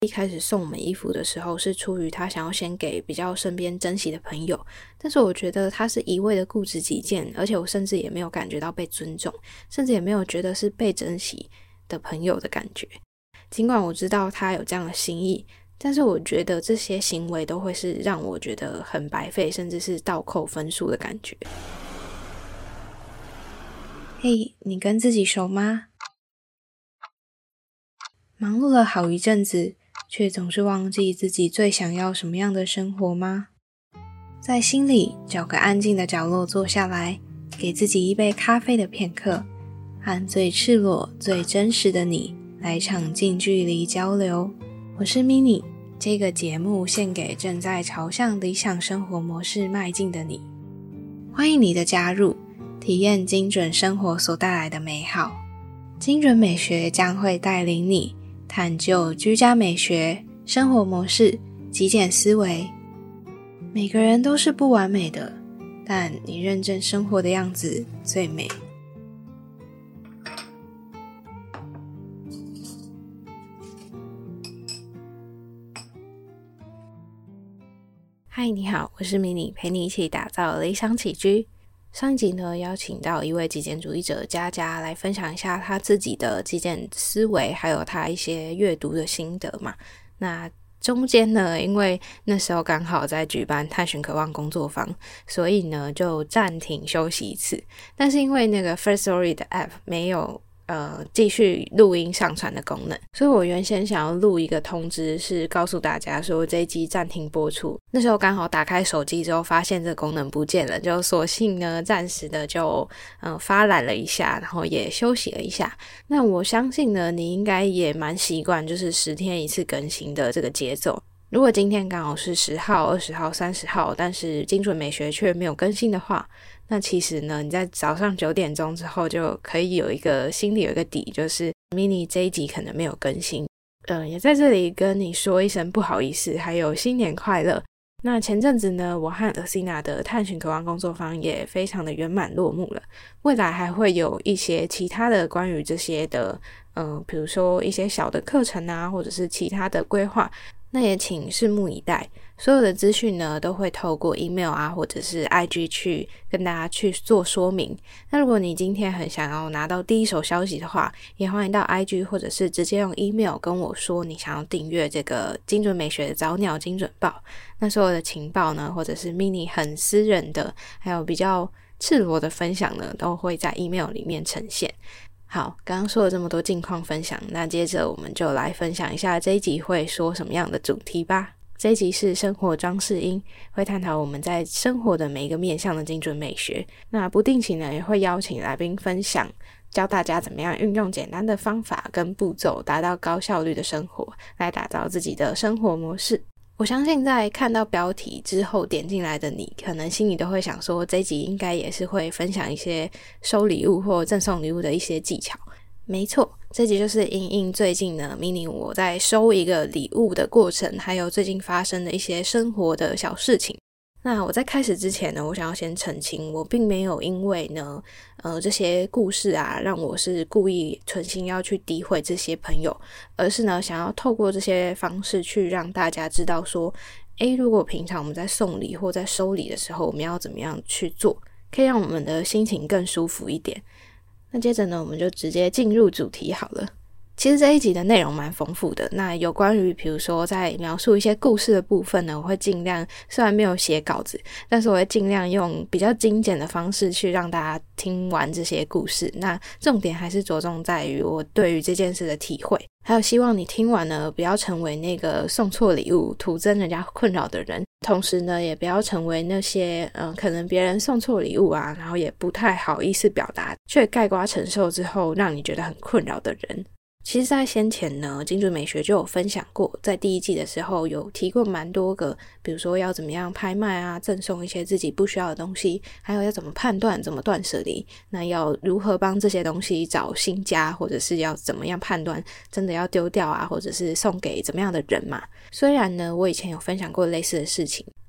一开始送我们衣服的时候是出于他想要先给比较身边珍惜的朋友，但是我觉得他是一味的固执己见，而且我甚至也没有感觉到被尊重，甚至也没有觉得是被珍惜的朋友的感觉。尽管我知道他有这样的心意，但是我觉得这些行为都会是让我觉得很白费，甚至是倒扣分数的感觉。嘿，你跟自己熟吗？忙碌了好一阵子，却总是忘记自己最想要什么样的生活吗？在心里找个安静的角落坐下来，给自己一杯咖啡的片刻，和最赤裸、最真实的你来场近距离交流。我是 Mini， 这个节目献给正在朝向理想生活模式迈进的你。欢迎你的加入，体验精准生活所带来的美好。精准美学将会带领你探究居家美学、生活模式、极简思维。每个人都是不完美的，但你认真生活的样子最美。嗨，你好，我是迷你，陪你一起打造理想起居。上一集呢，邀请到一位极简主义者佳佳来分享一下他自己的极简思维，还有他一些阅读的心得嘛。那中间呢，因为那时候刚好在举办探寻渴望工作坊，所以呢就暂停休息一次。但是因为那个 Firstory 的 App 没有继续录音上传的功能，所以我原先想要录一个通知，是告诉大家说这一集暂停播出。那时候刚好打开手机之后发现这个功能不见了，就索性呢暂时的就发懒了一下，然后也休息了一下。那我相信呢你应该也蛮习惯就是10天一次更新的这个节奏。如果今天刚好是10号、20号、30号，但是精准美学却没有更新的话，那其实呢，你在早上9点钟之后就可以有一个心里有一个底，就是 Mini 这一集可能没有更新。也在这里跟你说一声不好意思，还有新年快乐。那前阵子呢，我和 Athena 的探寻渴望工作坊也非常的圆满落幕了。未来还会有一些其他的关于这些的比如说一些小的课程啊，或者是其他的规划，那也请拭目以待。所有的资讯呢都会透过 email 啊或者是 IG 去跟大家去做说明。那如果你今天很想要拿到第一手消息的话，也欢迎到 IG 或者是直接用 email 跟我说你想要订阅这个精准美学的早鸟精准报。那所有的情报呢，或者是 Mini 很私人的还有比较赤裸的分享呢，都会在 email 里面呈现。好，刚刚说了这么多近况分享，那接着我们就来分享一下这一集会说什么样的主题吧。这一集是生活装饰音，会探讨我们在生活的每一个面向的精准美学。那不定期呢，也会邀请来宾分享，教大家怎么样运用简单的方法跟步骤，达到高效率的生活，来打造自己的生活模式。我相信在看到标题之后点进来的你，可能心里都会想说，这一集应该也是会分享一些收礼物或赠送礼物的一些技巧。没错，这集就是因应最近呢 Mini 我在收一个礼物的过程，还有最近发生的一些生活的小事情。那我在开始之前呢，我想要先澄清，我并没有因为呢这些故事啊让我是故意存心要去诋毁这些朋友，而是呢想要透过这些方式去让大家知道说如果平常我们在送礼或在收礼的时候，我们要怎么样去做，可以让我们的心情更舒服一点。那接着呢，我们就直接进入主题好了。其实这一集的内容蛮丰富的，那有关于比如说在描述一些故事的部分呢，我会尽量，虽然没有写稿子，但是我会尽量用比较精简的方式去让大家听完这些故事。那重点还是着重在于我对于这件事的体会，还有希望你听完呢不要成为那个送错礼物徒增人家困扰的人，同时呢也不要成为那些可能别人送错礼物啊，然后也不太好意思表达却概括承受之后让你觉得很困扰的人。其实在先前呢，精准美学就有分享过，在第一季的时候有提过蛮多个，比如说要怎么样拍卖啊，赠送一些自己不需要的东西，还有要怎么判断怎么断舍离，那要如何帮这些东西找新家，或者是要怎么样判断真的要丢掉啊，或者是送给怎么样的人嘛。虽然呢我以前有分享过类似的事情，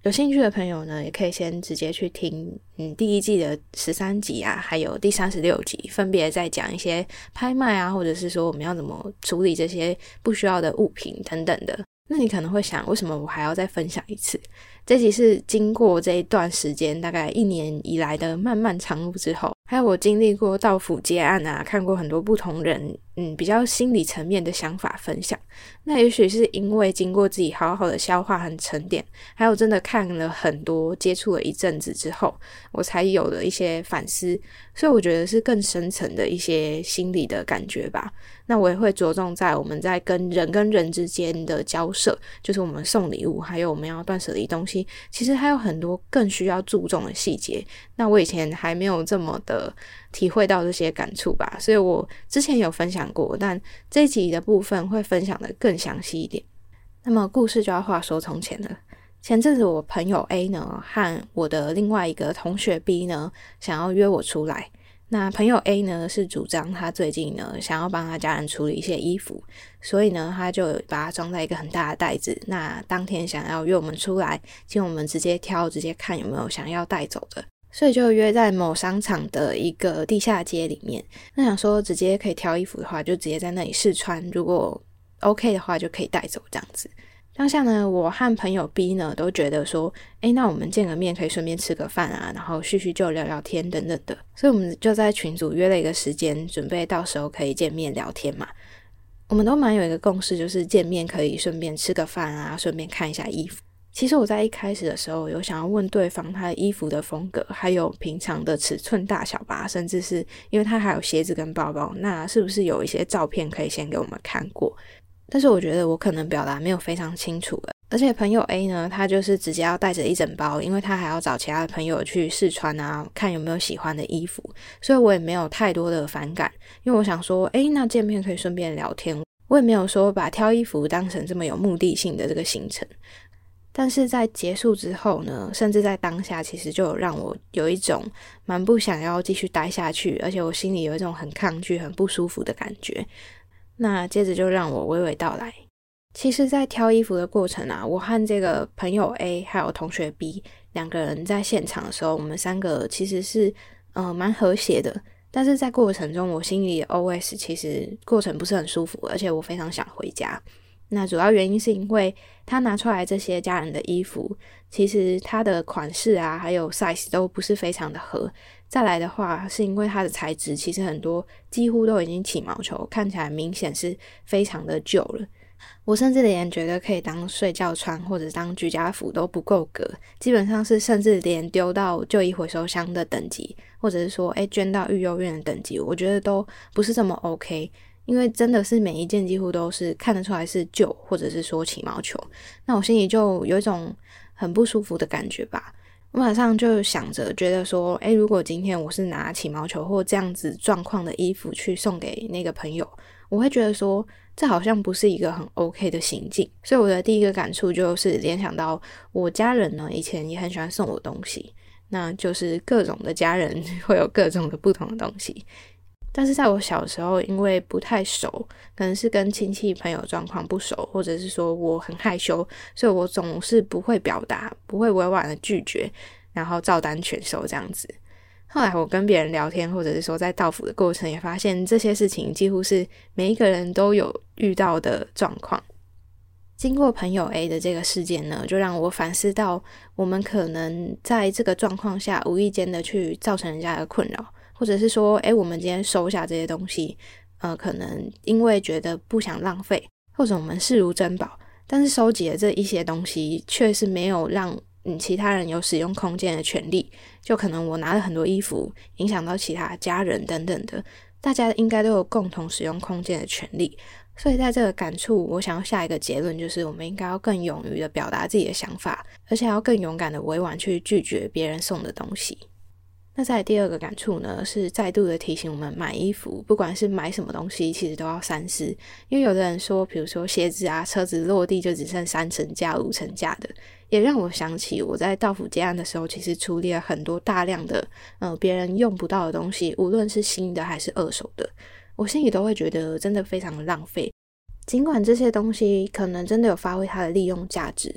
有兴趣的朋友呢，也可以先直接去听第一季的13集啊，还有第36集，分别在讲一些拍卖啊，或者是说我们要怎么处理这些不需要的物品等等的。那你可能会想，为什么我还要再分享一次？这集是经过这一段时间大概1年以来的漫漫长路之后，还有我经历过到府接案啊，看过很多不同人比较心理层面的想法分享。那也许是因为经过自己好好的消化和沉淀，还有真的看了很多，接触了一阵子之后，我才有了一些反思，所以我觉得是更深层的一些心理的感觉吧。那我也会着重在我们在跟人之间的交涉，就是我们送礼物，还有我们要断舍离东西，其实还有很多更需要注重的细节。那我以前还没有这么的体会到这些感触吧，所以我之前有分享过，但这一集的部分会分享的更详细一点。那么故事就要话说从前了。前阵子我朋友 A 呢和我的另外一个同学 B 呢想要约我出来。那朋友 A 呢是主张他最近呢想要帮他家人处理一些衣服，所以呢他就把它装在一个很大的袋子，那当天想要约我们出来，请我们直接挑直接看有没有想要带走的，所以就约在某商场的一个地下街里面。那想说直接可以挑衣服的话，就直接在那里试穿，如果 OK 的话就可以带走这样子。当下呢，我和朋友 B 呢都觉得说，那我们见个面可以顺便吃个饭啊，然后叙叙旧聊聊天等等的，所以我们就在群组约了一个时间，准备到时候可以见面聊天嘛。我们都蛮有一个共识，就是见面可以顺便吃个饭啊，顺便看一下衣服。其实我在一开始的时候有想要问对方他的衣服的风格，还有平常的尺寸大小吧，甚至是因为他还有鞋子跟包包，那是不是有一些照片可以先给我们看过。但是我觉得我可能表达没有非常清楚了，而且朋友 A 呢，他就是直接要带着一整包，因为他还要找其他的朋友去试穿啊，看有没有喜欢的衣服，所以我也没有太多的反感，因为我想说那见面可以顺便聊天，我也没有说把挑衣服当成这么有目的性的这个行程。但是在结束之后呢，甚至在当下其实就有让我有一种蛮不想要继续待下去，而且我心里有一种很抗拒很不舒服的感觉。那接着就让我娓娓道来。其实在挑衣服的过程啊，我和这个朋友 A 还有同学 B 两个人在现场的时候，我们三个其实是蛮和谐的，但是在过程中我心里的 OS 其实过程不是很舒服，而且我非常想回家。那主要原因是因为他拿出来这些家人的衣服，其实他的款式啊还有 size 都不是非常的合，再来的话是因为它的材质其实很多几乎都已经起毛球，看起来明显是非常的旧了。我甚至连觉得可以当睡觉穿或者当居家服都不够格，基本上是甚至连丢到旧衣回收箱的等级，或者是说捐到育幼院的等级，我觉得都不是这么 OK， 因为真的是每一件几乎都是看得出来是旧，或者是说起毛球，那我心里就有一种很不舒服的感觉吧。我马上就想着觉得说如果今天我是拿起毛球或这样子状况的衣服去送给那个朋友，我会觉得说这好像不是一个很 OK 的行径。所以我的第一个感触就是联想到我家人呢以前也很喜欢送我东西，那就是各种的家人会有各种的不同的东西。但是在我小时候因为不太熟，可能是跟亲戚朋友状况不熟，或者是说我很害羞，所以我总是不会表达，不会委婉的拒绝，然后照单全收这样子。后来我跟别人聊天，或者是说在到府的过程，也发现这些事情几乎是每一个人都有遇到的状况。经过朋友 A 的这个事件呢，就让我反思到我们可能在这个状况下无意间的去造成人家的困扰，或者是说我们今天收下这些东西可能因为觉得不想浪费，或者我们视如珍宝，但是收集的这一些东西却是没有让其他人有使用空间的权利，就可能我拿了很多衣服影响到其他家人等等的，大家应该都有共同使用空间的权利。所以在这个感触，我想要下一个结论，就是我们应该要更勇于的表达自己的想法，而且要更勇敢的委婉去拒绝别人送的东西。那在第二个感触呢，是再度的提醒我们买衣服，不管是买什么东西，其实都要三思。因为有的人说，比如说鞋子啊，车子落地就只剩3成价、5成价的，也让我想起我在到府接案的时候，其实处理了很多大量的别人用不到的东西，无论是新的还是二手的，我心里都会觉得真的非常的浪费。尽管这些东西可能真的有发挥它的利用价值，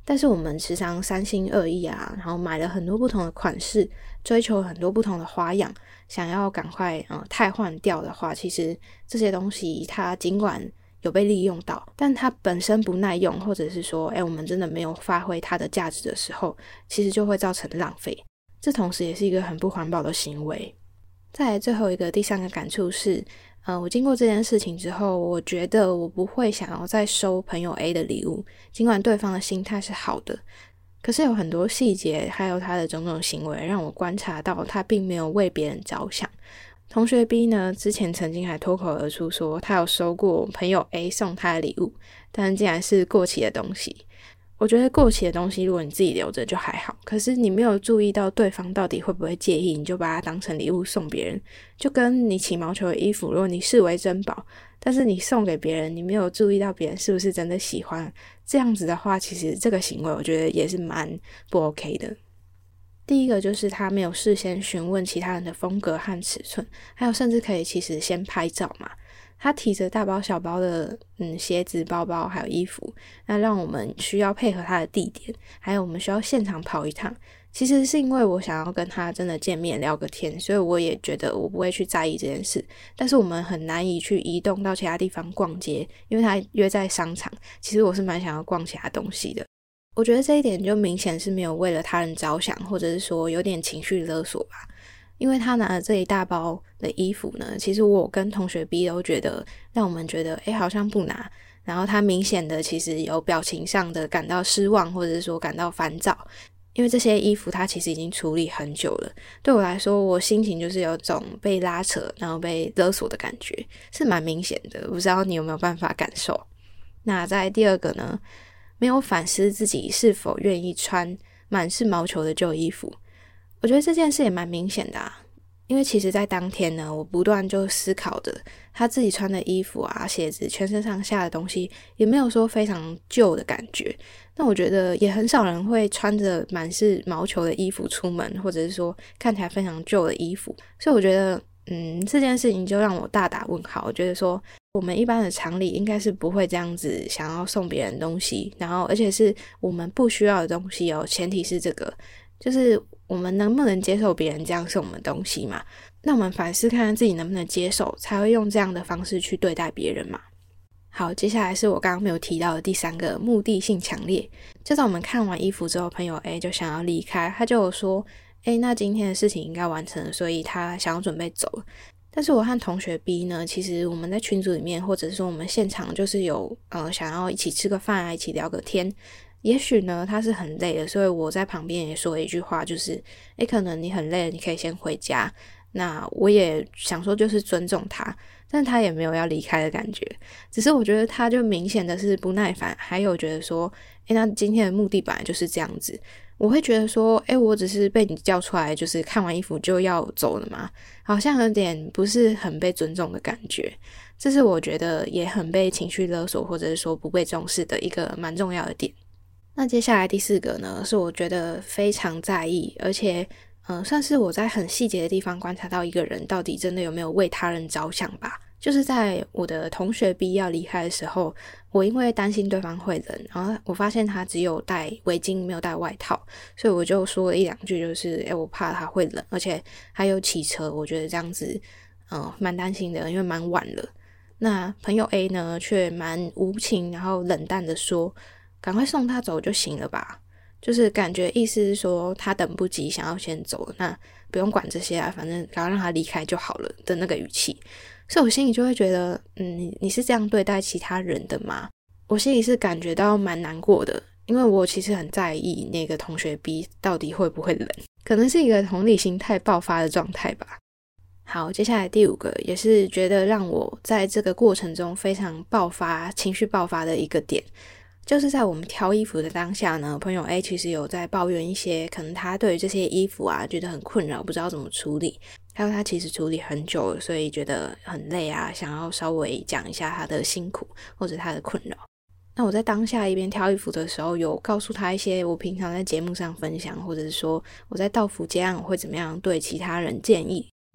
但是我们时常三心二意啊，然后买了很多不同的款式，追求很多不同的花样，想要赶快汰换掉的话，其实这些东西它尽管有被利用到，但它本身不耐用，或者是说我们真的没有发挥它的价值的时候，其实就会造成浪费，这同时也是一个很不环保的行为。再来最后一个第3个感触是我经过这件事情之后，我觉得我不会想要再收朋友 A 的礼物，尽管对方的心态是好的，可是有很多细节还有他的种种行为让我观察到他并没有为别人着想。同学 B 呢，之前曾经还脱口而出说他有收过朋友 A 送他的礼物，但竟然是过期的东西。我觉得过期的东西如果你自己留着就还好，可是你没有注意到对方到底会不会介意，你就把它当成礼物送别人，就跟你起毛球的衣服，如果你视为珍宝，但是你送给别人，你没有注意到别人是不是真的喜欢，这样子的话，其实这个行为我觉得也是蛮不 OK 的。第一个就是他没有事先询问其他人的风格和尺寸，还有甚至可以其实先拍照嘛。他提着大包小包的鞋子、包包还有衣服，那让我们需要配合他的地点，还有我们需要现场跑一趟。其实是因为我想要跟他真的见面聊个天，所以我也觉得我不会去在意这件事。但是我们很难以去移动到其他地方逛街，因为他约在商场，其实我是蛮想要逛其他东西的。我觉得这一点就明显是没有为了他人着想，或者是说有点情绪勒索吧。因为他拿了这一大包的衣服呢，其实我跟同学 B 都觉得让我们觉得好像不拿，然后他明显的其实有表情上的感到失望，或者是说感到烦躁，因为这些衣服他其实已经处理很久了。对我来说，我心情就是有种被拉扯然后被勒索的感觉，是蛮明显的，不知道你有没有办法感受。那在第2个呢，没有反思自己是否愿意穿满是毛球的旧衣服。我觉得这件事也蛮明显的啊，因为其实在当天呢，我不断就思考的他自己穿的衣服啊、鞋子、全身上下的东西也没有说非常旧的感觉。那我觉得也很少人会穿着满是毛球的衣服出门，或者是说看起来非常旧的衣服，所以我觉得这件事情就让我大打问号。我觉得说我们一般的常理应该是不会这样子想要送别人东西，然后而且是我们不需要的东西哦，前提是这个就是我们能不能接受别人这样送我们东西嘛？那我们反思看看自己能不能接受，才会用这样的方式去对待别人嘛。好，接下来是我刚刚没有提到的第3个，目的性强烈。就在我们看完衣服之后，朋友 A 就想要离开，他就有说那今天的事情应该完成了，所以他想要准备走了。但是我和同学 B 呢，其实我们在群组里面，或者是说我们现场就是有想要一起吃个饭啊，一起聊个天。也许呢他是很累的，所以我在旁边也说了一句话，就是可能你很累了，你可以先回家。那我也想说就是尊重他，但他也没有要离开的感觉，只是我觉得他就明显的是不耐烦，还有觉得说那今天的目的本来就是这样子。我会觉得说我只是被你叫出来就是看完衣服就要走了嘛，好像有点不是很被尊重的感觉。这是我觉得也很被情绪勒索，或者是说不被重视的一个蛮重要的点。那接下来第4个呢，是我觉得非常在意，而且算是我在很细节的地方观察到一个人到底真的有没有为他人着想吧。就是在我的同学 B 要离开的时候，我因为担心对方会冷，然后我发现他只有戴围巾没有戴外套，所以我就说了1-2句，就是我怕他会冷，而且还有骑车，我觉得这样子蛮担心的，因为蛮晚了。那朋友 A 呢却蛮无情然后冷淡的说，赶快送他走就行了吧，就是感觉意思是说他等不及想要先走，那不用管这些啊，反正赶快让他离开就好了的那个语气。所以我心里就会觉得你是这样对待其他人的吗？我心里是感觉到蛮难过的，因为我其实很在意那个同学 B 到底会不会冷，可能是一个同理心太爆发的状态吧。好，接下来第5个也是觉得让我在这个过程中非常情绪爆发的一个点，就是在我们挑衣服的当下呢，朋友 A 其实有在抱怨一些可能他对于这些衣服啊觉得很困扰，不知道怎么处理，还有他其实处理很久了，所以觉得很累啊，想要稍微讲一下他的辛苦或者他的困扰。那我在当下一边挑衣服的时候，有告诉他一些我平常在节目上分享，或者是说我在到府接案我会怎么样对其他人建议。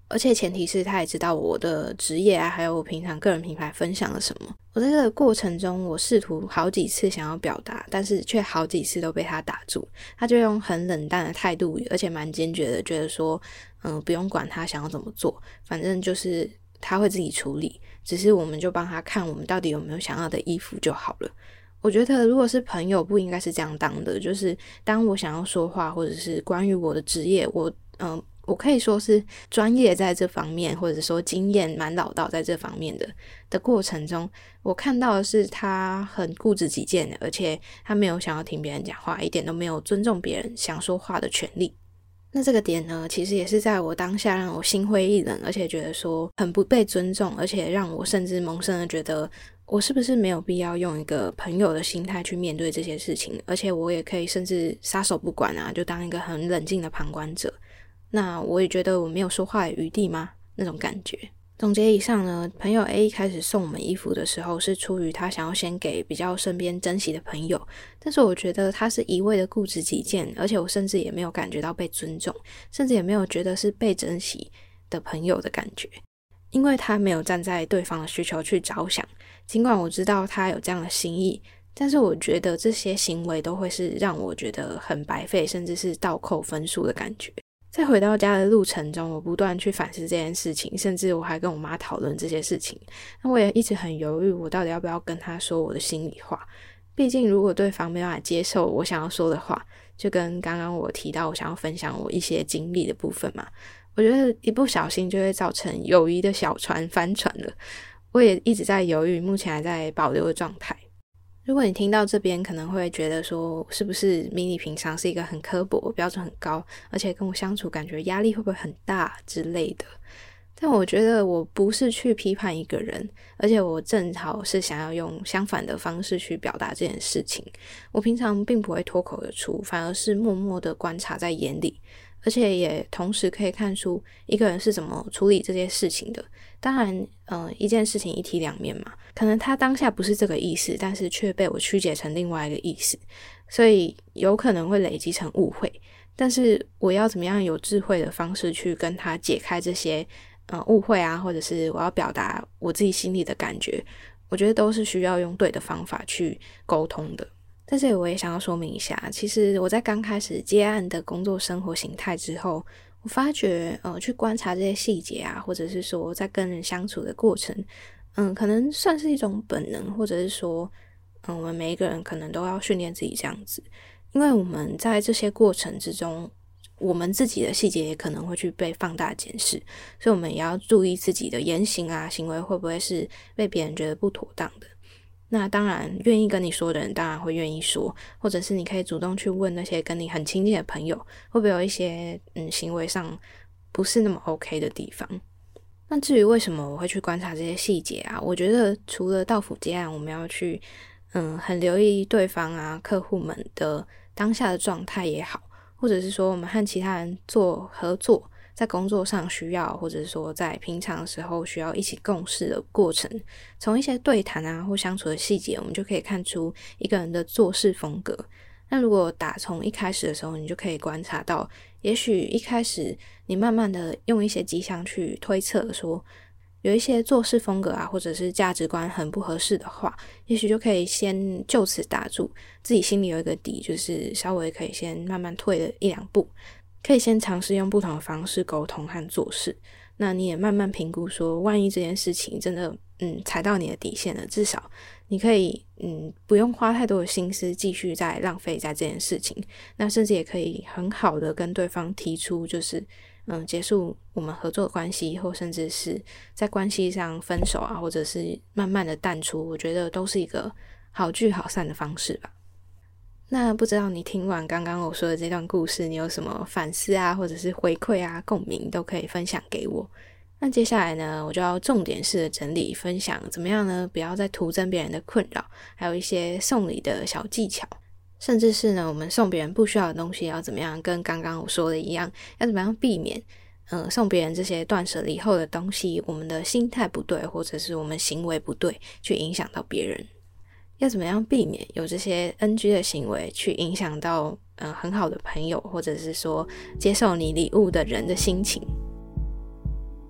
而且前提是他也知道我的职业啊，还有我平常个人品牌分享了什么。我在这个过程中，我试图好几次想要表达，但是却好几次都被他打住。他就用很冷淡的态度，而且蛮坚决的，觉得说不用管他想要怎么做，反正就是他会自己处理，只是我们就帮他看我们到底有没有想要的衣服就好了。我觉得如果是朋友不应该是这样当的，就是当我想要说话，或者是关于我的职业，我可以说是专业在这方面，或者说经验蛮老道在这方面的过程中，我看到的是他很固执己见的，而且他没有想要听别人讲话，一点都没有尊重别人想说话的权利。那这个点呢，其实也是在我当下让我心灰意冷，而且觉得说很不被尊重，而且让我甚至萌生了觉得我是不是没有必要用一个朋友的心态去面对这些事情，而且我也可以甚至撒手不管啊，就当一个很冷静的旁观者。那我也觉得我没有说话的余地吗？那种感觉。总结以上呢，朋友 A 一开始送我们衣服的时候是出于他想要先给比较身边珍惜的朋友，但是我觉得他是一味的固执己见，而且我甚至也没有感觉到被尊重，甚至也没有觉得是被珍惜的朋友的感觉，因为他没有站在对方的需求去着想。尽管我知道他有这样的心意，但是我觉得这些行为都会是让我觉得很白费，甚至是倒扣分数的感觉。在回到家的路程中，我不断去反思这件事情，甚至我还跟我妈讨论这些事情。那我也一直很犹豫，我到底要不要跟她说我的心里话。毕竟如果对方没办法接受我想要说的话，就跟刚刚我提到我想要分享我一些经历的部分嘛，我觉得一不小心就会造成友谊的小船翻船了。我也一直在犹豫，目前还在保留的状态。如果你听到这边可能会觉得说是不是迷你平常是一个很刻薄，标准很高，而且跟我相处感觉压力会不会很大之类的，但我觉得我不是去批判一个人，而且我正好是想要用相反的方式去表达这件事情。我平常并不会脱口而出，反而是默默的观察在眼里，而且也同时可以看出一个人是怎么处理这些事情的。当然一件事情一体两面嘛，可能他当下不是这个意思，但是却被我曲解成另外一个意思，所以有可能会累积成误会。但是我要怎么样有智慧的方式去跟他解开这些误会啊，或者是我要表达我自己心里的感觉，我觉得都是需要用对的方法去沟通的。在这里我也想要说明一下，其实我在刚开始接案的工作生活形态之后，我发觉去观察这些细节啊，或者是说在跟人相处的过程，可能算是一种本能，或者是说我们每一个人可能都要训练自己这样子。因为我们在这些过程之中，我们自己的细节也可能会去被放大检视，所以我们也要注意自己的言行啊行为会不会是被别人觉得不妥当的。那当然愿意跟你说的人当然会愿意说，或者是你可以主动去问那些跟你很亲近的朋友，会不会有一些行为上不是那么 OK 的地方。那至于为什么我会去观察这些细节啊，我觉得除了到府接案我们要去很留意对方啊客户们的当下的状态也好，或者是说我们和其他人做合作，在工作上需要，或者是说在平常的时候需要一起共事的过程，从一些对谈啊或相处的细节，我们就可以看出一个人的做事风格。那如果打从一开始的时候，你就可以观察到，也许一开始你慢慢的用一些迹象去推测说有一些做事风格啊，或者是价值观很不合适的话，也许就可以先就此打住，自己心里有一个底，就是稍微可以先慢慢退了一两步，可以先尝试用不同的方式沟通和做事。那你也慢慢评估说，万一这件事情真的踩到你的底线了，至少你可以不用花太多的心思继续再浪费在这件事情，那甚至也可以很好的跟对方提出就是结束我们合作的关系，或甚至是在关系上分手啊，或者是慢慢的淡出，我觉得都是一个好聚好散的方式吧。那不知道你听完刚刚我说的这段故事，你有什么反思啊，或者是回馈啊、共鸣都可以分享给我。那接下来呢，我就要重点式的整理分享怎么样呢，不要再徒增别人的困扰，还有一些送礼的小技巧，甚至是呢我们送别人不需要的东西要怎么样，跟刚刚我说的一样，要怎么样避免送别人这些断舍离后的东西，我们的心态不对，或者是我们行为不对，去影响到别人。要怎么样避免有这些 NG 的行为去影响到很好的朋友，或者是说接受你礼物的人的心情。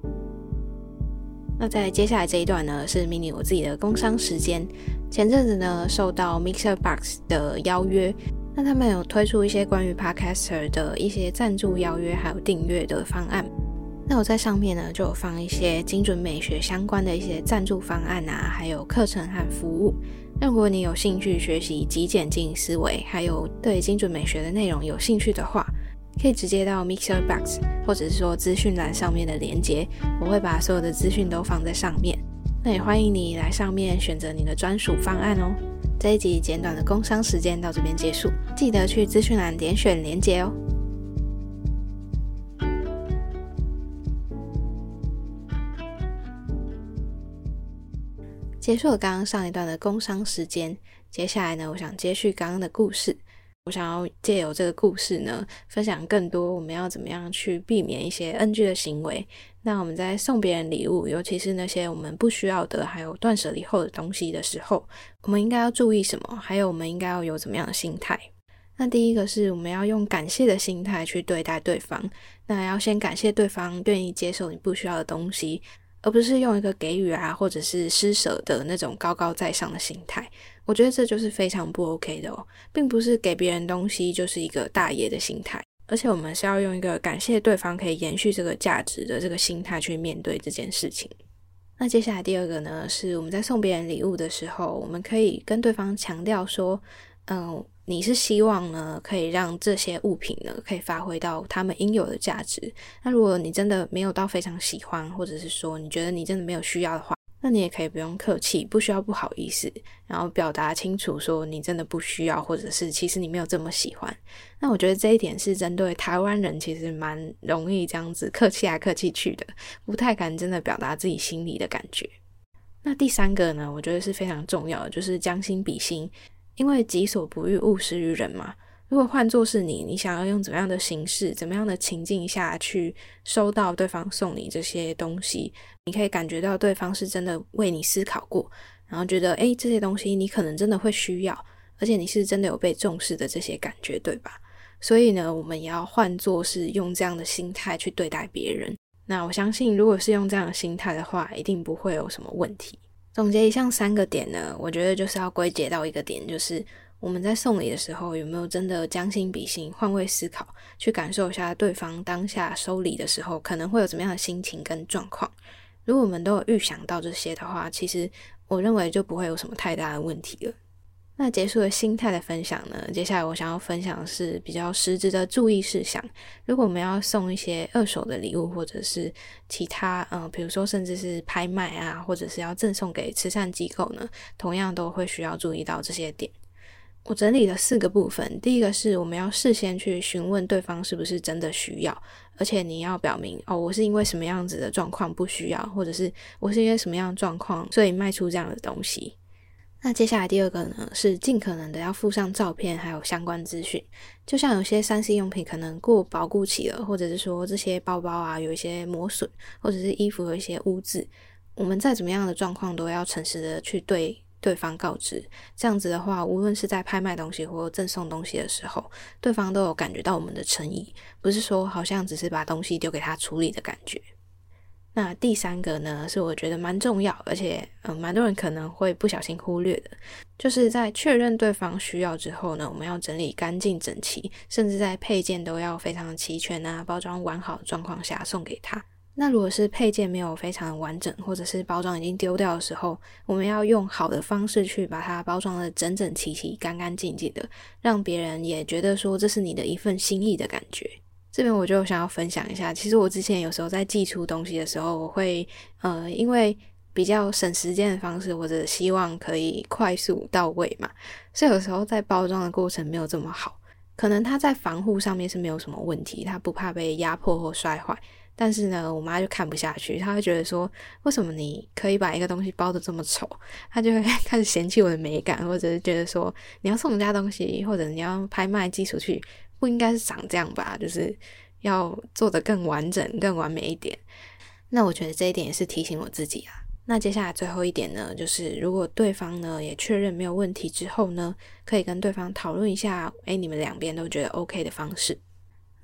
那在接下来这一段呢，是 mini 我自己的工商时间。前阵子呢，受到 MixerBox 的邀约，那他们有推出一些关于 Podcaster 的一些赞助邀约还有订阅的方案。那我在上面呢就有放一些精准美学相关的一些赞助方案啊，还有课程和服务。那如果你有兴趣学习极简经营思维，还有对精准美学的内容有兴趣的话，可以直接到 MixerBox 或者是说资讯栏上面的连结，我会把所有的资讯都放在上面。那也欢迎你来上面选择你的专属方案哦。这一集简短的工商时间到这边结束，记得去资讯栏点选连结哦。结束了刚刚上一段的工商时间，接下来呢，我想接续刚刚的故事。我想要借由这个故事呢，分享更多我们要怎么样去避免一些 NG 的行为。那我们在送别人礼物，尤其是那些我们不需要的，还有断舍离后的东西的时候，我们应该要注意什么？还有我们应该要有怎么样的心态？那第一个是我们要用感谢的心态去对待对方，那要先感谢对方愿意接受你不需要的东西，而不是用一个给予啊，或者是施舍的那种高高在上的心态。我觉得这就是非常不 OK 的哦，并不是给别人东西就是一个大爷的心态，而且我们是要用一个感谢对方可以延续这个价值的这个心态去面对这件事情。那接下来第二个呢，是我们在送别人礼物的时候，我们可以跟对方强调说，你是希望呢可以让这些物品呢可以发挥到他们应有的价值。那如果你真的没有到非常喜欢，或者是说你觉得你真的没有需要的话，那你也可以不用客气，不需要不好意思，然后表达清楚说你真的不需要，或者是其实你没有这么喜欢。那我觉得这一点是针对台湾人其实蛮容易这样子客气来客气去的，不太敢真的表达自己心里的感觉。那第三个呢，我觉得是非常重要的，就是将心比心。因为己所不欲，勿施于人嘛。如果换作是你想要用怎么样的形式，怎么样的情境下去收到对方送你这些东西，你可以感觉到对方是真的为你思考过，然后觉得这些东西你可能真的会需要，而且你是真的有被重视的这些感觉，对吧？所以呢，我们也要换作是用这样的心态去对待别人。那我相信如果是用这样的心态的话，一定不会有什么问题。总结以上3个点呢，我觉得就是要归结到一个点，就是我们在送礼的时候有没有真的将心比心，换位思考，去感受一下对方当下收礼的时候可能会有怎么样的心情跟状况。如果我们都有预想到这些的话，其实我认为就不会有什么太大的问题了。那结束了心态的分享呢，接下来我想要分享的是比较实质的注意事项。如果我们要送一些二手的礼物，或者是其他比如说甚至是拍卖啊，或者是要赠送给慈善机构呢，同样都会需要注意到这些点。我整理了4个部分。第一个是我们要事先去询问对方是不是真的需要，而且你要表明我是因为什么样子的状况不需要，或者是我是因为什么样的状况所以卖出这样的东西。那接下来第二个呢，是尽可能的要附上照片还有相关资讯。就像有些 3C 用品可能过保固期了，或者是说这些包包啊有一些磨损，或者是衣服有一些污渍，我们在怎么样的状况都要诚实的去对对方告知。这样子的话，无论是在拍卖东西或赠送东西的时候，对方都有感觉到我们的诚意，不是说好像只是把东西丢给他处理的感觉。那第3个呢，是我觉得蛮重要，而且蛮多人可能会不小心忽略的，就是在确认对方需要之后呢，我们要整理干净整齐，甚至在配件都要非常齐全啊，包装完好的状况下送给他。那如果是配件没有非常完整，或者是包装已经丢掉的时候，我们要用好的方式去把它包装的整整齐齐、干干净净的，让别人也觉得说这是你的一份心意的感觉。这边我就想要分享一下，其实我之前有时候在寄出东西的时候，我会因为比较省时间的方式，或者希望可以快速到位嘛，所以有时候在包装的过程没有这么好。可能它在防护上面是没有什么问题，它不怕被压迫或摔坏，但是呢我妈就看不下去，她会觉得说为什么你可以把一个东西包得这么丑，她就会开始嫌弃我的美感，或者是觉得说你要送人家东西，或者你要拍卖寄出去不应该是长这样吧，就是要做得更完整更完美一点。那我觉得这一点也是提醒我自己啊。那接下来最后一点呢，就是如果对方呢也确认没有问题之后呢，可以跟对方讨论一下你们两边都觉得 OK 的方式。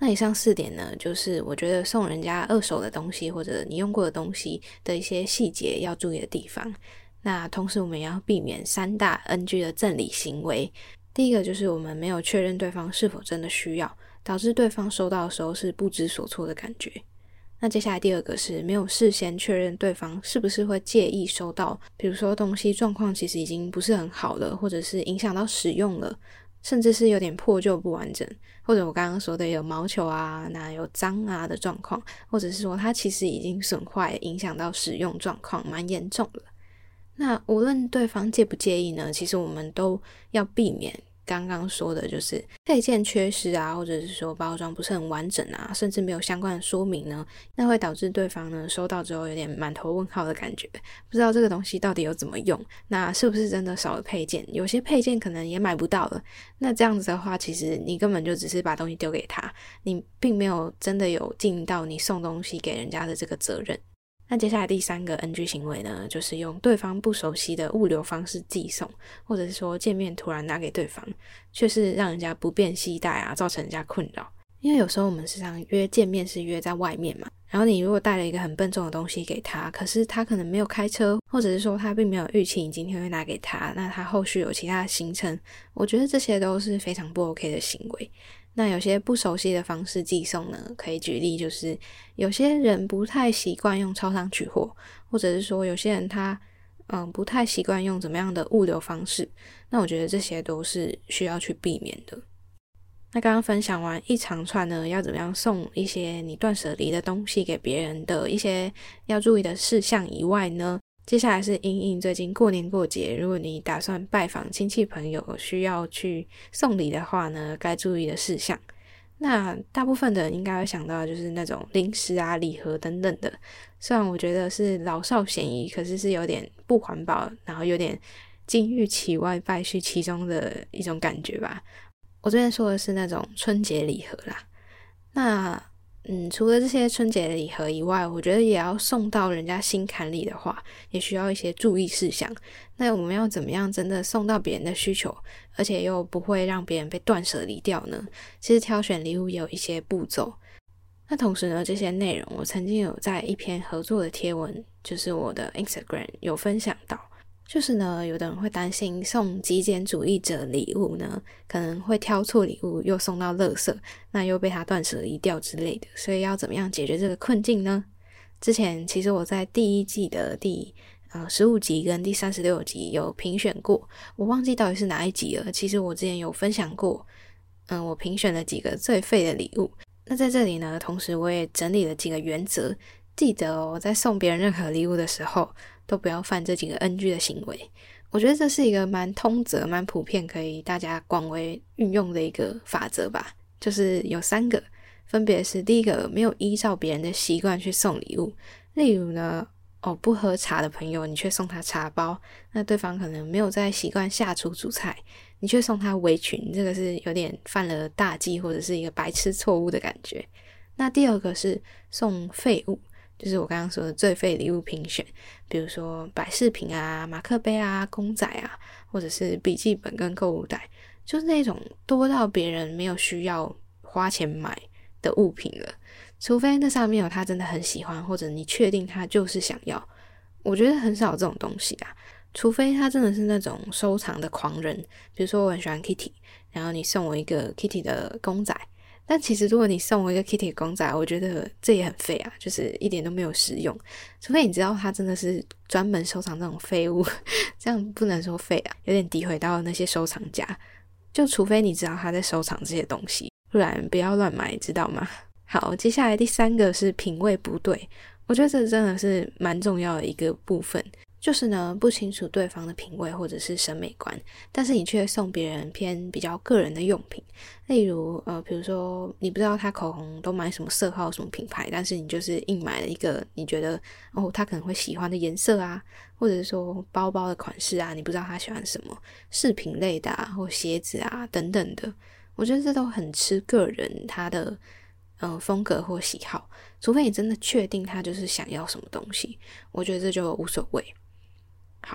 那以上4点呢，就是我觉得送人家二手的东西或者你用过的东西的一些细节要注意的地方。那同时我们也要避免3大 NG 的赠礼行为。第一个就是我们没有确认对方是否真的需要，导致对方收到的时候是不知所措的感觉。那接下来第二个是没有事先确认对方是不是会介意收到，比如说东西状况其实已经不是很好了，或者是影响到使用了，甚至是有点破旧不完整，或者我刚刚说的有毛球啊，那有脏啊的状况，或者是说它其实已经损坏，影响到使用状况蛮严重的。那无论对方介不介意呢，其实我们都要避免刚刚说的就是配件缺失啊，或者是说包装不是很完整啊，甚至没有相关的说明呢，那会导致对方呢收到之后有点满头问号的感觉，不知道这个东西到底有怎么用，那是不是真的少了配件，有些配件可能也买不到了，那这样子的话其实你根本就只是把东西丢给他，你并没有真的有尽到你送东西给人家的这个责任。那接下来第3个 NG 行为呢，就是用对方不熟悉的物流方式寄送，或者是说见面突然拿给对方，却是让人家不便携带啊，造成人家困扰。因为有时候我们时常约见面是约在外面嘛，然后你如果带了一个很笨重的东西给他，可是他可能没有开车，或者是说他并没有预期你今天会拿给他，那他后续有其他的行程，我觉得这些都是非常不 OK 的行为。那有些不熟悉的方式寄送呢，可以举例就是有些人不太习惯用超商取货，或者是说有些人他不太习惯用怎么样的物流方式，那我觉得这些都是需要去避免的。那刚刚分享完一长串呢，要怎么样送一些你断舍离的东西给别人的一些要注意的事项以外呢，接下来是因应最近过年过节，如果你打算拜访亲戚朋友需要去送礼的话呢，该注意的事项。那大部分的人应该会想到就是那种零食啊、礼盒等等的，虽然我觉得是老少咸宜，可是是有点不环保，然后有点金玉其外败絮其中的一种感觉吧。我这边说的是那种春节礼盒啦。那除了这些春节礼盒以外，我觉得也要送到人家心坎里的话，也需要一些注意事项。那我们要怎么样真的送到别人的需求，而且又不会让别人被断舍离掉呢？其实挑选礼物也有一些步骤。那同时呢，这些内容我曾经有在一篇合作的贴文，就是我的 Instagram 有分享到。就是呢，有的人会担心送极简主义者礼物呢，可能会挑错礼物，又送到垃圾，那又被他断舍离掉之类的，所以要怎么样解决这个困境呢？之前其实我在第1季的第15集跟第36集有评选过，我忘记到底是哪一集了，其实我之前有分享过我评选了几个最废的礼物。那在这里呢，同时我也整理了几个原则，记得在送别人任何礼物的时候都不要犯这几个 NG 的行为。我觉得这是一个蛮通则蛮普遍可以大家广为运用的一个法则吧，就是有3个，分别是第一个，没有依照别人的习惯去送礼物。例如呢不喝茶的朋友你却送他茶包，那对方可能没有在习惯下厨煮菜，你却送他围裙，这个是有点犯了大忌或者是一个白痴错误的感觉。那第二个是送废物，就是我刚刚说的最废礼物评选，比如说摆饰品啊、马克杯啊、公仔啊，或者是笔记本跟购物袋，就是那种多到别人没有需要花钱买的物品了，除非那上面有他真的很喜欢，或者你确定他就是想要。我觉得很少这种东西啊，除非他真的是那种收藏的狂人，比如说我很喜欢 Kitty， 然后你送我一个 Kitty 的公仔，但其实如果你送我一个 Kitty 的公仔，我觉得这也很废啊，就是一点都没有实用，除非你知道他真的是专门收藏这种废物这样不能说废啊，有点诋毁到那些收藏家，就除非你知道他在收藏这些东西，不然不要乱买，知道吗？好，接下来第3个是品味不对，我觉得这真的是蛮重要的一个部分，就是呢不清楚对方的品味或者是审美观，但是你却送别人偏比较个人的用品，例如比如说你不知道他口红都买什么色号什么品牌，但是你就是硬买了一个你觉得他可能会喜欢的颜色啊，或者是说包包的款式啊，你不知道他喜欢什么，饰品类的啊或鞋子啊等等的，我觉得这都很吃个人他的风格或喜好，除非你真的确定他就是想要什么东西，我觉得这就无所谓。好，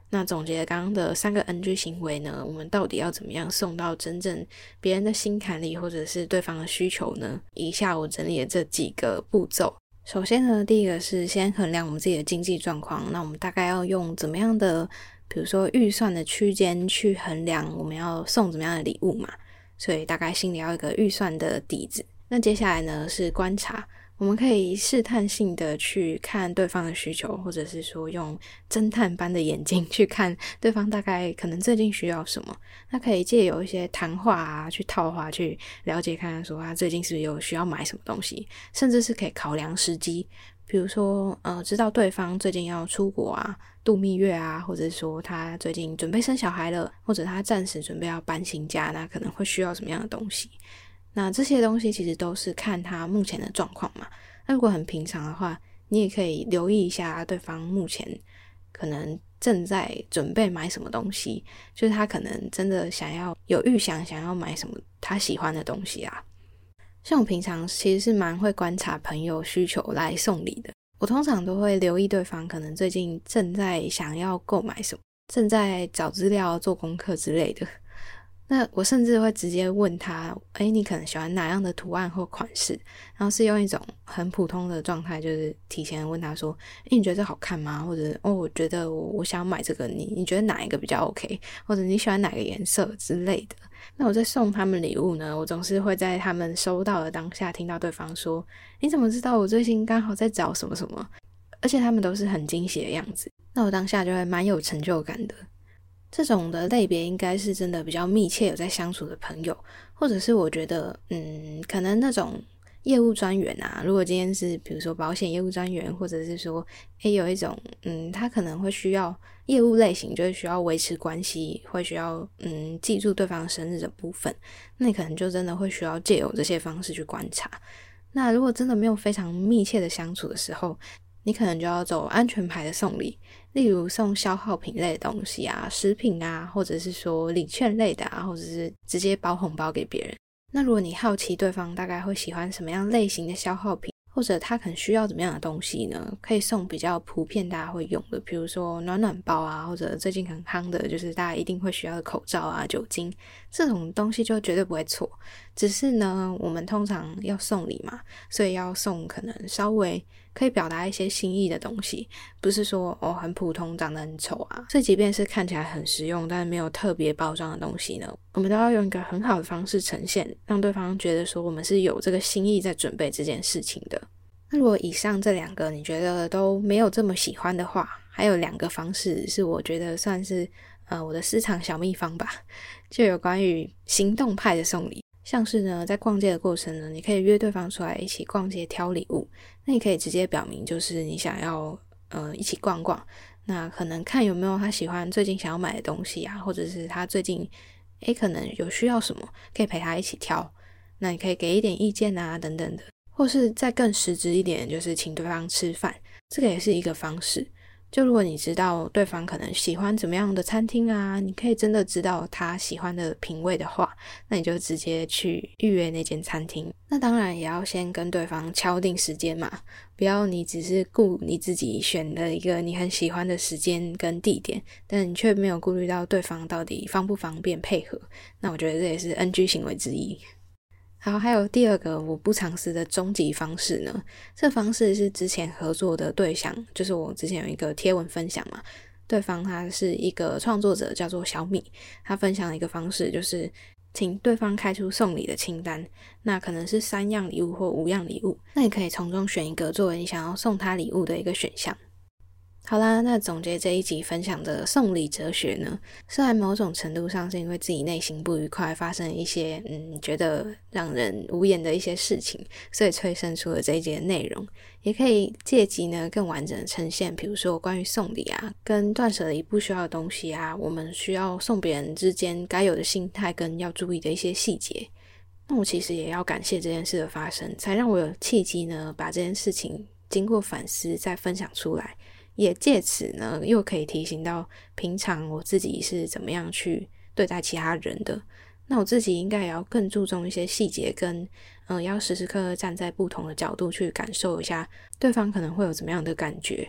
那总结刚刚的3个 NG 行为呢，我们到底要怎么样送到真正别人的心坎里，或者是对方的需求呢？以下我整理了这几个步骤。首先呢，第一个是先衡量我们自己的经济状况，那我们大概要用怎么样的比如说预算的区间去衡量我们要送怎么样的礼物嘛，所以大概心里要有一个预算的底子。那接下来呢是观察，我们可以试探性的去看对方的需求，或者是说用侦探般的眼睛去看对方大概可能最近需要什么。那可以借由一些谈话啊，去套话，去了解看看说他最近是不是有需要买什么东西，甚至是可以考量时机。比如说知道对方最近要出国啊，度蜜月啊，或者说他最近准备生小孩了，或者他暂时准备要搬新家，那可能会需要什么样的东西。那这些东西其实都是看他目前的状况嘛。那如果很平常的话，你也可以留意一下对方目前可能正在准备买什么东西，就是他可能真的有预想想要买什么他喜欢的东西啊。像我平常其实是蛮会观察朋友需求来送礼的，我通常都会留意对方可能最近正在想要购买什么，正在找资料做功课之类的。那我甚至会直接问他你可能喜欢哪样的图案或款式，然后是用一种很普通的状态，就是提前问他说你觉得这好看吗？或者我觉得我想买这个，你觉得哪一个比较 OK？ 或者你喜欢哪个颜色之类的。那我在送他们礼物呢，我总是会在他们收到的当下听到对方说你怎么知道我最近刚好在找什么什么，而且他们都是很惊喜的样子，那我当下就会蛮有成就感的。这种的类别应该是真的比较密切有在相处的朋友，或者是我觉得可能那种业务专员啊，如果今天是比如说保险业务专员，或者是说有一种他可能会需要业务类型，就是需要维持关系，会需要记住对方生日的部分，那你可能就真的会需要借由这些方式去观察。那如果真的没有非常密切的相处的时候，你可能就要走安全牌的送礼，例如送消耗品类的东西啊，食品啊，或者是说礼券类的啊，或者是直接包红包给别人。那如果你好奇对方大概会喜欢什么样类型的消耗品，或者他可能需要怎么样的东西呢，可以送比较普遍大家会用的，比如说暖暖包啊，或者最近很夯的就是大家一定会需要的口罩啊，酒精，这种东西就绝对不会错。只是呢我们通常要送礼嘛，所以要送可能稍微可以表达一些心意的东西，不是说很普通长得很丑啊。所以即便是看起来很实用但没有特别包装的东西呢，我们都要用一个很好的方式呈现，让对方觉得说我们是有这个心意在准备这件事情的。那如果以上这2个你觉得都没有这么喜欢的话，还有2个方式是我觉得算是我的私藏小秘方吧，就有关于行动派的送礼。像是呢在逛街的过程呢，你可以约对方出来一起逛街挑礼物，那你可以直接表明就是你想要一起逛逛，那可能看有没有他喜欢最近想要买的东西啊，或者是他最近可能有需要什么可以陪他一起挑，那你可以给一点意见啊等等的。或是再更实质一点，就是请对方吃饭，这个也是一个方式。就如果你知道对方可能喜欢怎么样的餐厅啊，你可以真的知道他喜欢的品味的话，那你就直接去预约那间餐厅。那当然也要先跟对方敲定时间嘛，不要你只是顾你自己选了一个你很喜欢的时间跟地点，但你却没有顾虑到对方到底方不方便配合，那我觉得这也是 NG 行为之一。好，还有第2个我不藏私的终极方式呢，这方式是之前合作的对象，就是我之前有一个贴文分享嘛，对方他是一个创作者叫做小米，他分享的一个方式就是请对方开出送礼的清单，那可能是3样礼物或5样礼物，那你可以从中选一个作为你想要送他礼物的一个选项。好啦，那总结这一集分享的送礼哲学呢，虽然某种程度上是因为自己内心不愉快，发生一些觉得让人无言的一些事情，所以催生出了这一集的内容，也可以借机呢更完整的呈现，比如说关于送礼啊，跟断舍离不需要的东西啊，我们需要送别人之间该有的心态跟要注意的一些细节。那我其实也要感谢这件事的发生，才让我有契机呢把这件事情经过反思再分享出来，也借此呢又可以提醒到平常我自己是怎么样去对待其他人的，那我自己应该也要更注重一些细节跟要时时刻刻站在不同的角度去感受一下对方可能会有怎么样的感觉。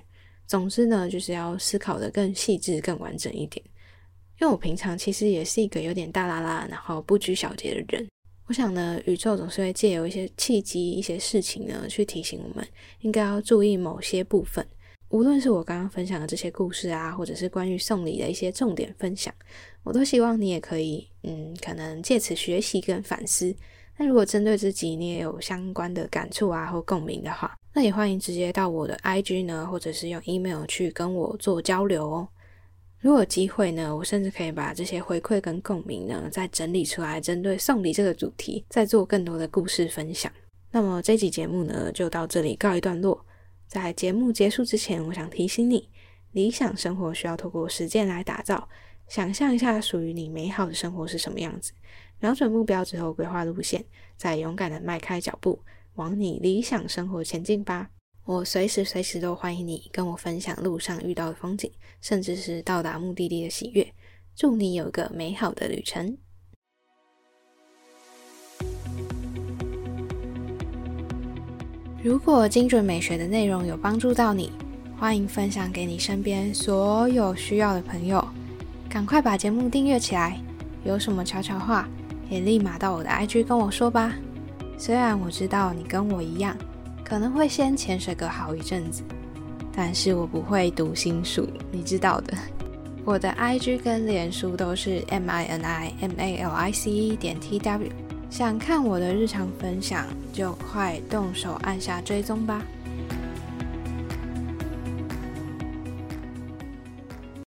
总之呢，就是要思考的更细致、更完整一点。因为我平常其实也是一个有点大啦啦，然后不拘小节的人。我想呢，宇宙总是会借由一些契机、一些事情呢，去提醒我们应该要注意某些部分。无论是我刚刚分享的这些故事啊，或者是关于送礼的一些重点分享，我都希望你也可以可能借此学习跟反思。那如果针对自己你也有相关的感触啊或共鸣的话，那也欢迎直接到我的 IG 呢，或者是用 email 去跟我做交流哦。如果有机会呢，我甚至可以把这些回馈跟共鸣呢再整理出来，针对送礼这个主题再做更多的故事分享。那么这集节目呢就到这里告一段落。在节目结束之前，我想提醒你，理想生活需要透过实践来打造。想象一下属于你美好的生活是什么样子，瞄准目标之后规划路线，再勇敢的迈开脚步往你理想生活前进吧。我随时都欢迎你跟我分享路上遇到的风景，甚至是到达目的地的喜悦。祝你有个美好的旅程。如果精准美学的内容有帮助到你，欢迎分享给你身边所有需要的朋友。赶快把节目订阅起来，有什么悄悄话也立马到我的 IG 跟我说吧。虽然我知道你跟我一样可能会先潜水个好一阵子，但是我不会读心术，你知道的。我的 IG 跟脸书都是 minimalice.tw， 想看我的日常分享就快动手按下追踪吧。